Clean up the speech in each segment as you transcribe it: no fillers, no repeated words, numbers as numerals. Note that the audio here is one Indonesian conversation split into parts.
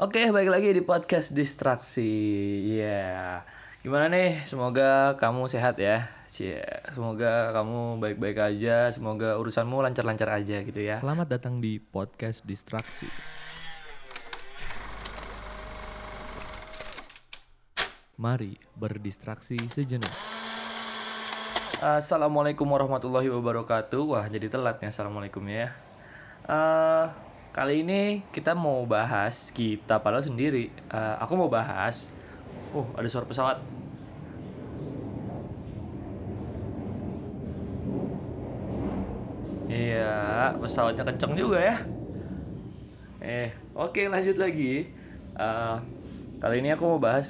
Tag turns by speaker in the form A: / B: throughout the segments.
A: Oke, balik lagi di podcast Distraksi. Ya, gimana nih? Semoga kamu sehat ya. Cie, semoga kamu baik-baik aja. Semoga urusanmu lancar-lancar aja gitu ya.
B: Selamat datang di podcast Distraksi. Mari berdistraksi sejenak.
A: Assalamualaikum warahmatullahi wabarakatuh. Wah, jadi telat nih assalamualaikum ya. Eh, Kali ini kita mau bahas padahal sendiri. Aku mau bahas. Ada suara pesawat. Iya, pesawatnya kenceng juga ya. Oke, lanjut lagi. Eh, Kali ini aku mau bahas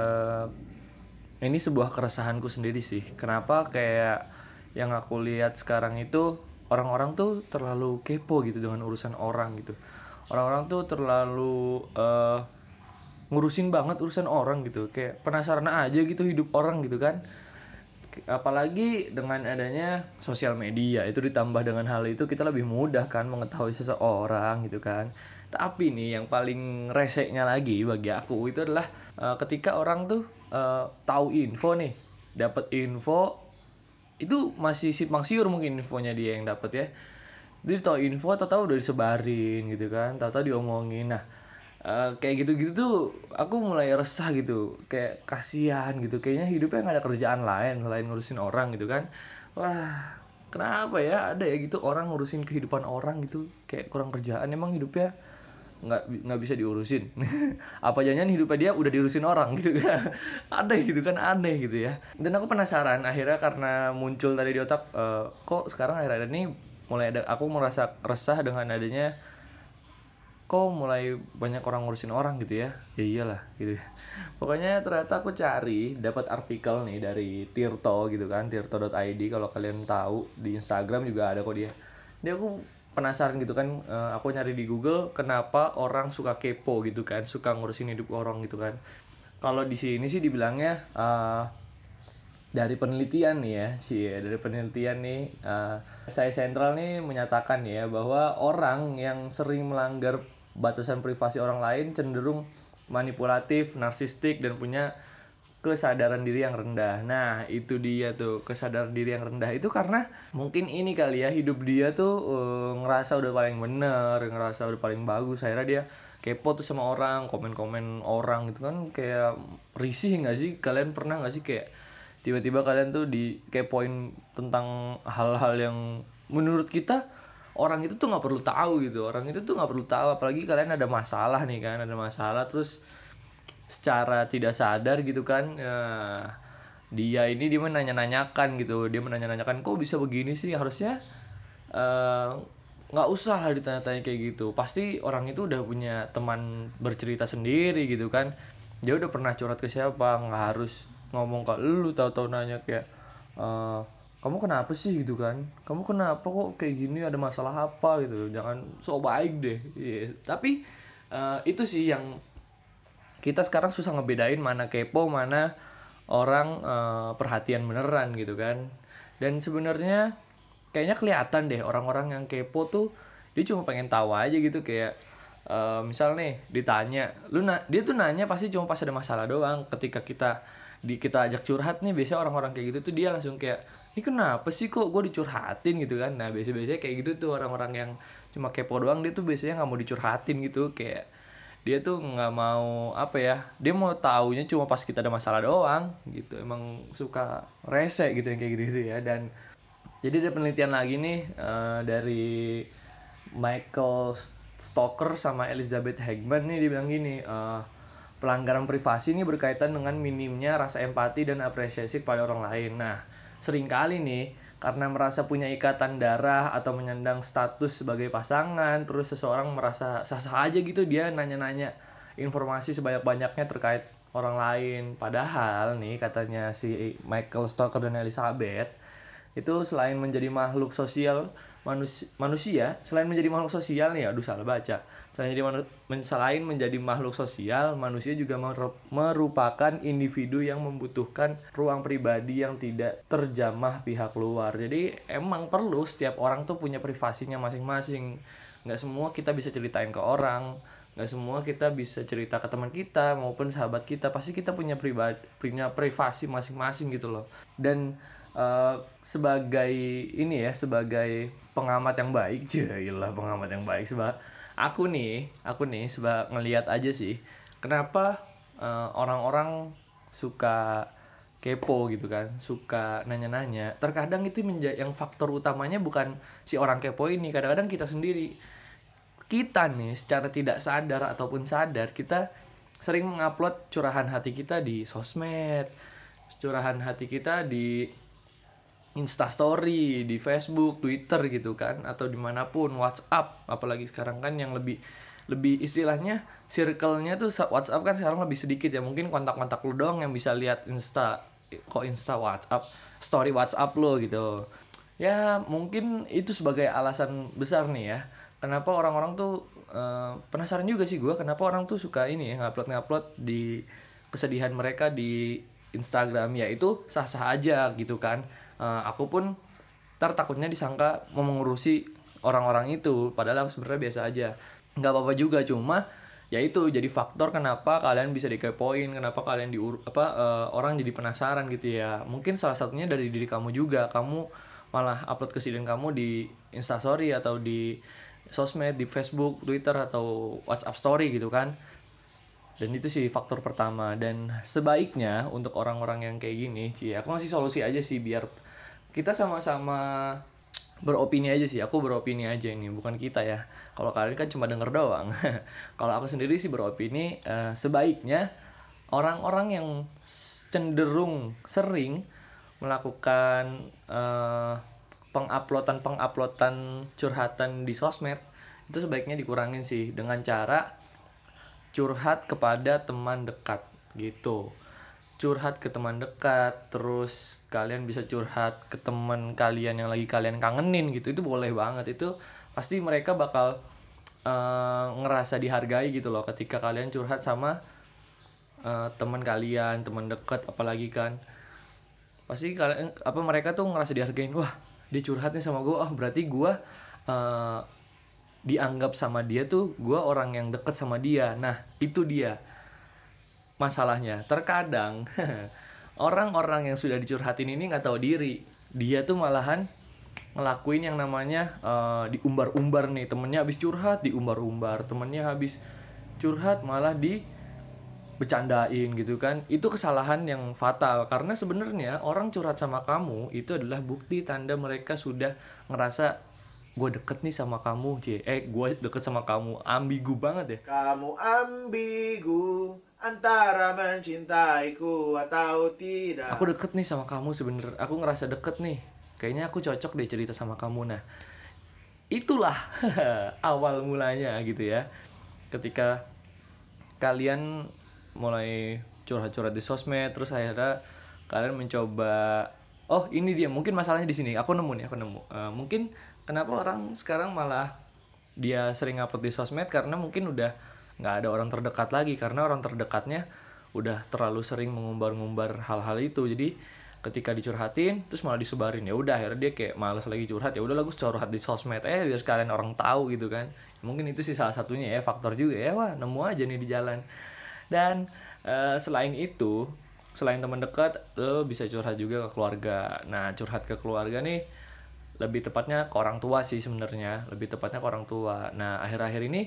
A: ini sebuah keresahanku sendiri sih. Kenapa kayak yang aku lihat sekarang itu orang-orang tuh terlalu kepo gitu dengan urusan orang gitu. Orang-orang tuh terlalu ngurusin banget urusan orang gitu. Kayak penasaran aja gitu hidup orang gitu kan. Apalagi dengan adanya sosial media itu ditambah dengan hal itu kita lebih mudah kan mengetahui seseorang gitu kan. Tapi nih yang paling reseknya lagi bagi aku itu adalah ketika orang tuh tahu info nih, dapat info itu masih simpang siur mungkin infonya dia yang dapat ya. Dia tahu info tahu udah disebarin gitu kan, tahu diomongin. Nah, kayak gitu-gitu tuh aku mulai resah gitu, kayak kasihan gitu, kayaknya hidupnya nggak ada kerjaan lain selain ngurusin orang gitu kan. Wah, kenapa ya ada ya gitu orang ngurusin kehidupan orang gitu, kayak kurang kerjaan. Emang hidupnya nggak bisa diurusin. Apa jangan hidupnya dia udah diurusin orang gitu kan. Aneh gitu kan, aneh gitu ya. Dan aku penasaran akhirnya karena muncul tadi di otak, kok sekarang akhir-akhir ini mulai ada, aku merasa resah dengan adanya kok mulai banyak orang ngurusin orang gitu ya. Ya iyalah gitu ya. Pokoknya ternyata aku cari dapat artikel nih dari Tirto gitu kan, tirto.id. Kalau kalian tahu di Instagram juga ada kok dia. Dia aku penasaran gitu kan, aku nyari di Google kenapa orang suka kepo gitu kan, suka ngurusin hidup orang gitu kan. Kalau di sini sih dibilangnya dari penelitian nih ya, dari penelitian nih, saya sentral nih menyatakan ya bahwa orang yang sering melanggar batasan privasi orang lain cenderung manipulatif, narsistik, dan punya kesadaran diri yang rendah. Nah, itu dia tuh, kesadaran diri yang rendah itu karena mungkin ini kali ya, hidup dia tuh ngerasa udah paling bener, ngerasa udah paling bagus, akhirnya dia kepo tuh sama orang, komen-komen orang gitu kan, kayak risih nggak sih? Kalian pernah nggak sih kayak tiba-tiba kalian tuh dikepoin tentang hal-hal yang menurut kita orang itu tuh nggak perlu tahu gitu, orang itu tuh nggak perlu tahu, apalagi kalian ada masalah nih kan, ada masalah terus secara tidak sadar gitu kan, dia menanya-nanyakan gitu, dia menanya-nanyakan kok bisa begini sih, harusnya nggak usah lah ditanya-tanya kayak gitu. Pasti orang itu udah punya teman bercerita sendiri gitu kan, dia udah pernah curhat ke siapa, nggak harus ngomong ke lu tahu-tahu nanya kayak kamu kenapa sih gitu kan, kamu kenapa kok kayak gini, ada masalah apa gitu, jangan sok baik deh. Tapi itu sih yang kita sekarang susah ngebedain mana kepo, mana orang perhatian beneran gitu kan. Dan sebenarnya kayaknya kelihatan deh orang-orang yang kepo tuh dia cuma pengen tahu aja gitu, kayak misal nih ditanya dia tuh nanya pasti cuma pas ada masalah doang. Ketika kita ajak curhat nih, biasanya orang-orang kayak gitu tuh dia langsung kayak, ini kenapa sih kok gue dicurhatin gitu kan. Nah biasanya kayak gitu tuh orang-orang yang cuma kepo doang, dia tuh biasanya nggak mau dicurhatin gitu, kayak dia tuh nggak mau apa ya, dia mau taunya cuma pas kita ada masalah doang gitu. Emang suka rese gitu yang kayak gitu ya. Dan jadi ada penelitian lagi nih dari Michael Stoker sama Elizabeth Hagman nih, dibilang gini, pelanggaran privasi ini berkaitan dengan minimnya rasa empati dan apresiasi kepada orang lain. Nah, seringkali nih karena merasa punya ikatan darah atau menyandang status sebagai pasangan, terus seseorang merasa sah-sah aja gitu dia nanya-nanya informasi sebanyak-banyaknya terkait orang lain. Padahal nih katanya si Michael Stoker dan Elizabeth itu selain menjadi makhluk sosial, manusia selain menjadi makhluk sosial nih, aduh salah baca, selain menjadi makhluk sosial, manusia juga merupakan individu yang membutuhkan ruang pribadi yang tidak terjamah pihak luar. Jadi emang perlu setiap orang tuh punya privasinya masing-masing. Nggak semua kita bisa ceritain ke orang, nggak semua kita bisa cerita ke teman kita maupun sahabat kita. Pasti kita punya privasi masing-masing gitu loh. Dan sebagai ini ya, sebagai pengamat yang baik, iyalah pengamat yang baik, aku nih ngelihat aja sih kenapa orang-orang suka kepo gitu kan, suka nanya-nanya. Terkadang itu yang faktor utamanya bukan si orang kepo ini, kadang-kadang kita sendiri. Kita nih secara tidak sadar ataupun sadar, kita sering mengupload curahan hati kita di sosmed, curahan hati kita di Instastory, di Facebook, Twitter gitu kan, atau dimanapun, WhatsApp, apalagi sekarang kan yang lebih istilahnya circle-nya tuh WhatsApp kan sekarang lebih sedikit ya, mungkin kontak-kontak lu doang yang bisa lihat Insta WhatsApp, story WhatsApp lo gitu. Ya mungkin itu sebagai alasan besar nih ya, kenapa orang-orang tuh penasaran juga sih gue, kenapa orang tuh suka ini ya, ngupload di kesedihan mereka di Instagram. Ya itu sah-sah aja gitu kan. Aku pun takutnya disangka mau mengurusi orang-orang itu, padahal aku sebenarnya biasa aja, nggak apa-apa juga. Cuma ya itu jadi faktor kenapa kalian bisa dikepoin, kenapa kalian orang jadi penasaran gitu ya. Mungkin salah satunya dari diri kamu juga, kamu malah upload kesedihan kamu di Instastory atau di sosmed, di Facebook, Twitter atau WhatsApp story gitu kan. Dan itu sih faktor pertama. Dan sebaiknya untuk orang-orang yang kayak gini, aku ngasih solusi aja sih, biar kita sama-sama beropini aja sih. Aku beropini aja ini, bukan kita ya. Kalau kalian kan cuma denger doang. Kalau aku sendiri sih beropini, sebaiknya orang-orang yang cenderung sering melakukan penguploadan curhatan di sosmed, itu sebaiknya dikurangin sih, dengan cara curhat kepada teman dekat gitu. Curhat ke teman dekat, terus kalian bisa curhat ke teman kalian yang lagi kalian kangenin gitu, itu boleh banget. Itu pasti mereka bakal ngerasa dihargai gitu loh ketika kalian curhat sama teman kalian, teman dekat apalagi kan. Pasti kalian mereka tuh ngerasa dihargain. Wah, dia curhat nih sama gue, berarti gue dianggap sama dia tuh gue orang yang deket sama dia. Nah itu dia masalahnya. Terkadang orang-orang yang sudah dicurhatin ini nggak tahu diri, dia tuh malahan ngelakuin yang namanya diumbar-umbar nih. Temennya habis curhat diumbar-umbar, temennya habis curhat malah bercandain gitu kan. Itu kesalahan yang fatal, karena sebenarnya orang curhat sama kamu itu adalah bukti tanda mereka sudah ngerasa gue deket nih sama kamu, gue deket sama kamu. Ambigu banget ya.
C: Kamu ambigu antara mencintaiku atau tidak.
A: Aku deket nih sama kamu sebenernya, aku ngerasa deket nih, kayaknya aku cocok deh cerita sama kamu. Nah itulah awal mulanya gitu ya, ketika kalian mulai curhat-curhat di sosmed, terus akhirnya kalian mencoba, oh ini dia mungkin masalahnya di sini. Aku nemu mungkin kenapa orang sekarang malah dia sering upload di sosmed, karena mungkin udah nggak ada orang terdekat lagi, karena orang terdekatnya udah terlalu sering mengumbar-ngumbar hal-hal itu. Jadi ketika dicurhatin terus malah disebarin, ya udah akhirnya dia kayak malas lagi curhat, ya udah gue curhat di sosmed biar sekalian orang tahu gitu kan. Mungkin itu sih salah satunya ya, faktor juga ya. Wah nemu aja nih di jalan. Dan selain itu, selain teman dekat, lo bisa curhat juga ke keluarga. Nah curhat ke keluarga nih lebih tepatnya ke orang tua sih sebenarnya, lebih tepatnya ke orang tua. Nah akhir-akhir ini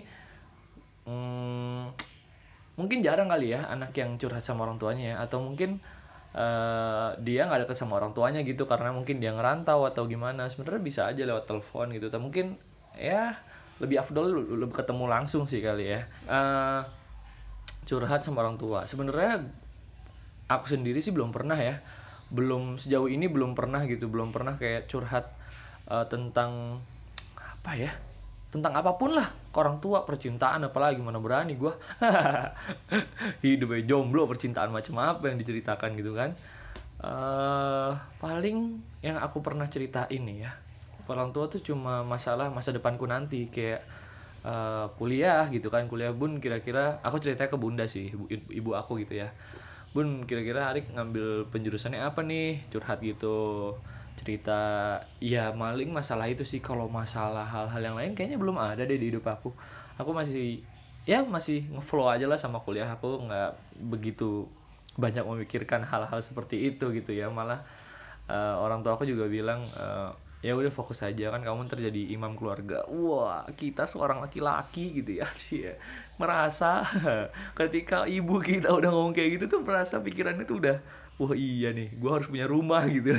A: mungkin jarang kali ya anak yang curhat sama orang tuanya ya, atau mungkin dia nggak deket sama orang tuanya gitu karena mungkin dia ngerantau atau gimana. Sebenarnya bisa aja lewat telepon gitu, atau mungkin ya lebih afdol lebih ketemu langsung sih kali ya. Curhat sama orang tua sebenarnya aku sendiri sih belum pernah ya, sejauh ini belum pernah kayak curhat tentang apa ya, tentang apapun lah ke orang tua, percintaan apalagi, mana berani gue. Hidupnya jomblo, percintaan macam apa yang diceritakan gitu kan. Paling yang aku pernah ceritain nih ya ke orang tua tuh cuma masalah masa depanku nanti, kayak kuliah gitu kan. Kuliah bun, kira-kira aku ceritanya ke bunda sih, ibu aku gitu ya. Bun, kira-kira Arik ngambil penjurusannya apa nih, curhat gitu, cerita. Ya maling masalah itu sih. Kalau masalah hal-hal yang lain kayaknya belum ada deh di hidup aku. Aku masih ya masih ngeflow aja lah sama kuliah. Aku nggak begitu banyak memikirkan hal-hal seperti itu gitu ya. Malah orang tua aku juga bilang ya udah fokus aja, kan kamu terjadi imam keluarga. Wah, kita seorang laki-laki gitu ya sih ya, merasa ketika ibu kita udah ngomong kayak gitu tuh merasa pikirannya tuh udah, wah iya nih gue harus punya rumah gitu.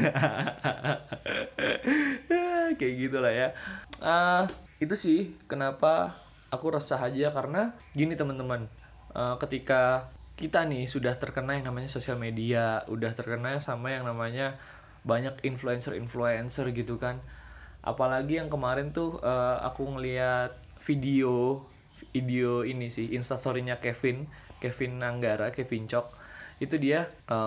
A: Kayak gitulah ya. Ah, itu sih kenapa aku resah aja, karena gini teman-teman. Ketika kita nih sudah terkena yang namanya sosial media, udah terkena sama yang namanya banyak influencer-influencer gitu kan. Apalagi yang kemarin tuh aku ngeliat video video ini sih, instastorynya Kevin Anggara, Kevin Cok. Itu dia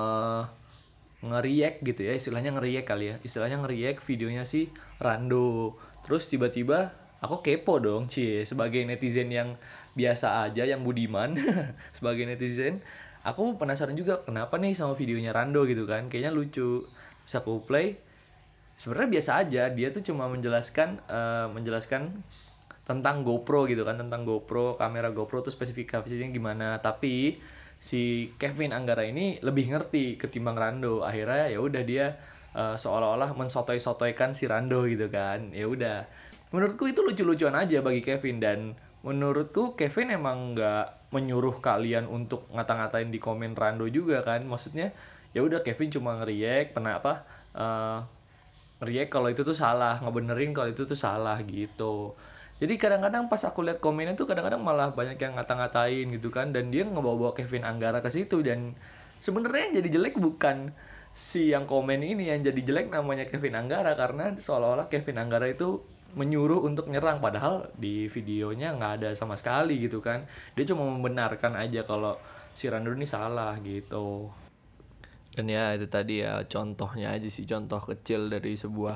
A: ngeriak gitu ya, istilahnya ngeriak kali ya, istilahnya ngeriak videonya si Rando. Terus tiba-tiba aku kepo dong, sebagai netizen yang biasa aja, yang budiman. Sebagai netizen aku penasaran juga kenapa nih sama videonya Rando gitu kan, kayaknya lucu. Terus aku play, sebenarnya biasa aja, dia tuh cuma menjelaskan tentang GoPro gitu kan, tentang GoPro, kamera GoPro tuh spesifikasinya gimana. Tapi si Kevin Anggara ini lebih ngerti ketimbang Rando. Akhirnya ya udah dia seolah-olah mensotoy-sotoykan si Rando gitu kan. Ya udah, menurutku itu lucu-lucuan aja bagi Kevin. Dan menurutku Kevin emang nggak menyuruh kalian untuk ngata-ngatain di komen Rando juga kan. Maksudnya ya udah, Kevin cuma ngeriak ngeriak kalau itu tuh salah, ngebenerin kalau itu tuh salah gitu. Jadi kadang-kadang pas aku lihat komennya tuh kadang-kadang malah banyak yang ngata-ngatain gitu kan, dan dia ngebawa-bawa Kevin Anggara ke situ. Dan sebenarnya yang jadi jelek bukan si yang komen ini, yang jadi jelek namanya Kevin Anggara, karena seolah-olah Kevin Anggara itu menyuruh untuk nyerang, padahal di videonya nggak ada sama sekali gitu kan. Dia cuma membenarkan aja kalau si Rando ini salah gitu. Dan ya itu tadi ya contohnya aja sih, contoh kecil dari sebuah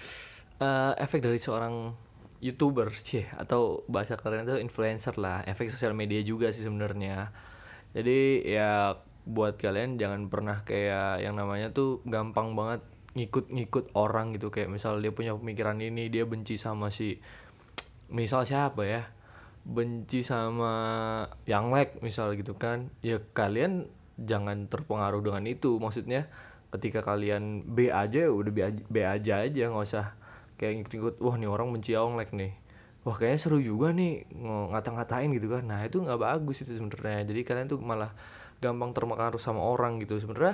A: efek dari seorang YouTuber, atau bahasa keren itu influencer lah, efek sosial media juga sih sebenarnya. Jadi ya buat kalian jangan pernah kayak yang namanya tuh gampang banget ngikut-ngikut orang gitu. Kayak misal dia punya pemikiran ini, dia benci sama si, misal siapa ya, benci sama yang misal gitu kan, ya kalian jangan terpengaruh dengan itu. Maksudnya ketika kalian B aja ya udah B aja nggak usah kayak ngikut-ngikut. Wah nih orang benci Yonglek nih, wah kayaknya seru juga nih ngata-ngatain gitu kan. Nah itu nggak bagus itu sebenarnya. Jadi kalian tuh malah gampang terpengaruh sama orang gitu sebenarnya.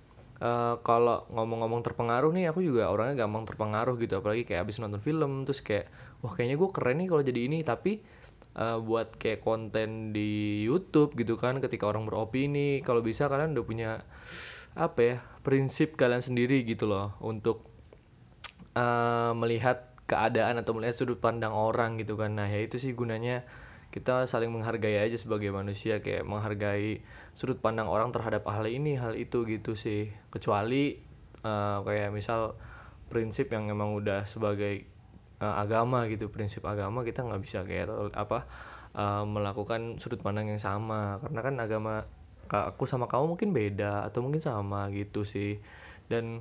A: Kalau ngomong-ngomong terpengaruh nih, aku juga orangnya gampang terpengaruh gitu, apalagi kayak abis nonton film terus kayak wah kayaknya gue keren nih kalau jadi ini. Tapi buat kayak konten di YouTube gitu kan, ketika orang beropini, kalau bisa kalian udah punya apa ya, prinsip kalian sendiri gitu loh untuk melihat keadaan atau melihat sudut pandang orang gitu kan. Nah ya itu sih gunanya kita saling menghargai aja sebagai manusia, kayak menghargai sudut pandang orang terhadap hal ini hal itu gitu sih. Kecuali kayak misal prinsip yang emang udah sebagai agama gitu, prinsip agama, kita nggak bisa kayak melakukan sudut pandang yang sama, karena kan agama aku sama kamu mungkin beda atau mungkin sama gitu sih. Dan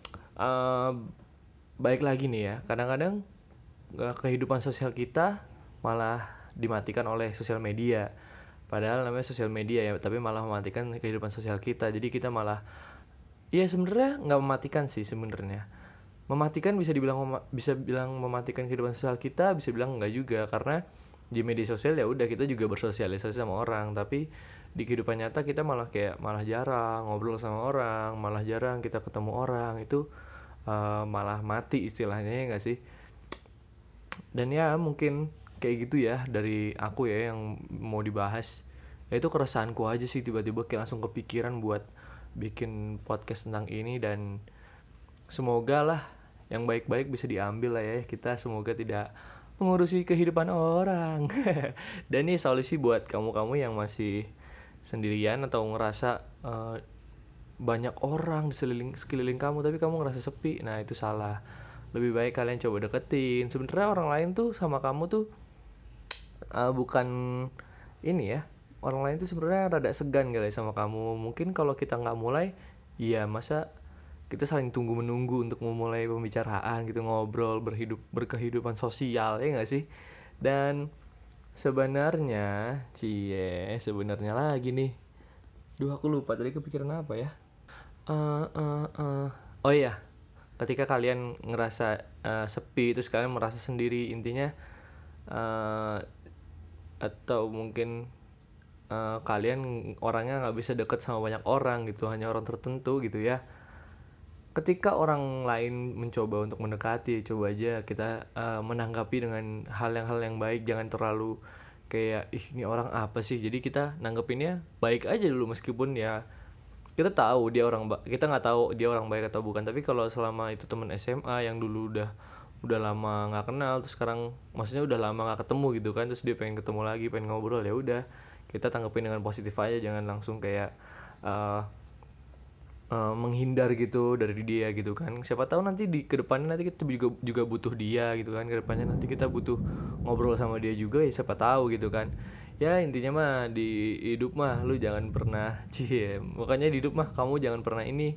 A: baik lagi nih ya, kadang-kadang kehidupan sosial kita malah dimatikan oleh sosial media. Padahal namanya sosial media ya, tapi malah mematikan kehidupan sosial kita. Jadi kita malah, ya sebenarnya nggak mematikan sih sebenarnya. Mematikan bisa bilang mematikan kehidupan sosial kita, bisa bilang enggak juga, karena di media sosial ya udah kita juga bersosialisasi sama orang, tapi di kehidupan nyata kita malah jarang ngobrol sama orang, malah jarang kita ketemu orang. Itu malah mati istilahnya, ya nggak sih? Dan ya mungkin kayak gitu ya dari aku ya yang mau dibahas. Ya itu keresahanku aja sih, tiba-tiba kayak langsung kepikiran buat bikin podcast tentang ini. Dan semoga lah yang baik-baik bisa diambil lah ya, kita semoga tidak mengurusi kehidupan orang. Dan ini solusi buat kamu-kamu yang masih sendirian atau ngerasa banyak orang di sekeliling kamu tapi kamu ngerasa sepi. Nah itu salah. Lebih baik kalian coba deketin. Sebenarnya orang lain tuh sama kamu tuh bukan ini ya, orang lain tuh sebenarnya rada segan kali sama kamu. Mungkin kalau kita nggak mulai, ya masa kita saling tunggu menunggu untuk memulai pembicaraan gitu, ngobrol, berkehidupan sosial, ya nggak sih? Dan sebenarnya lagi nih. Duh, aku lupa tadi kepikiran apa ya. Oh iya, ketika kalian ngerasa sepi, terus kalian merasa sendiri, intinya atau mungkin kalian orangnya nggak bisa deket sama banyak orang gitu, hanya orang tertentu gitu ya. Ketika orang lain mencoba untuk mendekati, coba aja kita menanggapi dengan hal yang baik, jangan terlalu kayak ih ini orang apa sih. Jadi kita nanggepinnya baik aja dulu, meskipun ya kita tahu dia kita nggak tahu dia orang baik atau bukan. Tapi kalau selama itu teman SMA yang dulu udah lama nggak kenal, terus sekarang maksudnya udah lama nggak ketemu gitu kan, terus dia pengen ketemu lagi, pengen ngobrol, ya udah kita tanggepin dengan positif aja, jangan langsung kayak menghindar gitu dari dia gitu kan. Siapa tahu nanti di kedepannya nanti kita juga butuh dia gitu kan, kedepannya nanti kita butuh ngobrol sama dia juga, ya siapa tahu gitu kan. Ya intinya mah di hidup mah lu jangan pernah makanya di hidup mah kamu jangan pernah ini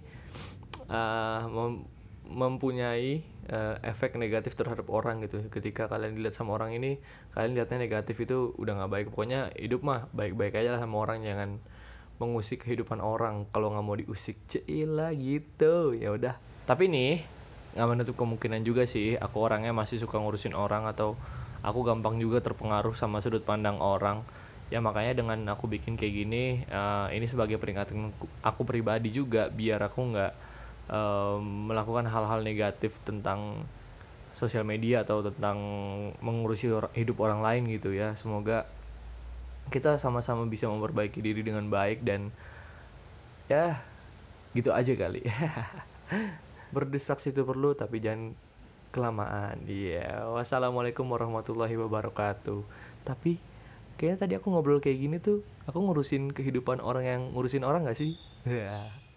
A: mempunyai efek negatif terhadap orang gitu. Ketika kalian dilihat sama orang ini, kalian lihatnya negatif, itu udah nggak baik. Pokoknya hidup mah baik-baik aja lah sama orang, jangan mengusik kehidupan orang kalau nggak mau diusik. Cila gitu, ya udah. Tapi nih nggak menutup kemungkinan juga sih aku orangnya masih suka ngurusin orang, atau aku gampang juga terpengaruh sama sudut pandang orang. Ya makanya dengan aku bikin kayak gini, ini sebagai peringatan aku pribadi juga, biar aku nggak melakukan hal-hal negatif tentang sosial media atau tentang mengurusi hidup orang lain gitu ya. Semoga kita sama-sama bisa memperbaiki diri dengan baik, dan ya gitu aja kali. Berdistraksi itu perlu, tapi jangan kelamaan. Iya. Wassalamualaikum warahmatullahi wabarakatuh. Tapi kayaknya tadi aku ngobrol kayak gini tuh, aku ngurusin kehidupan orang yang ngurusin orang gak sih?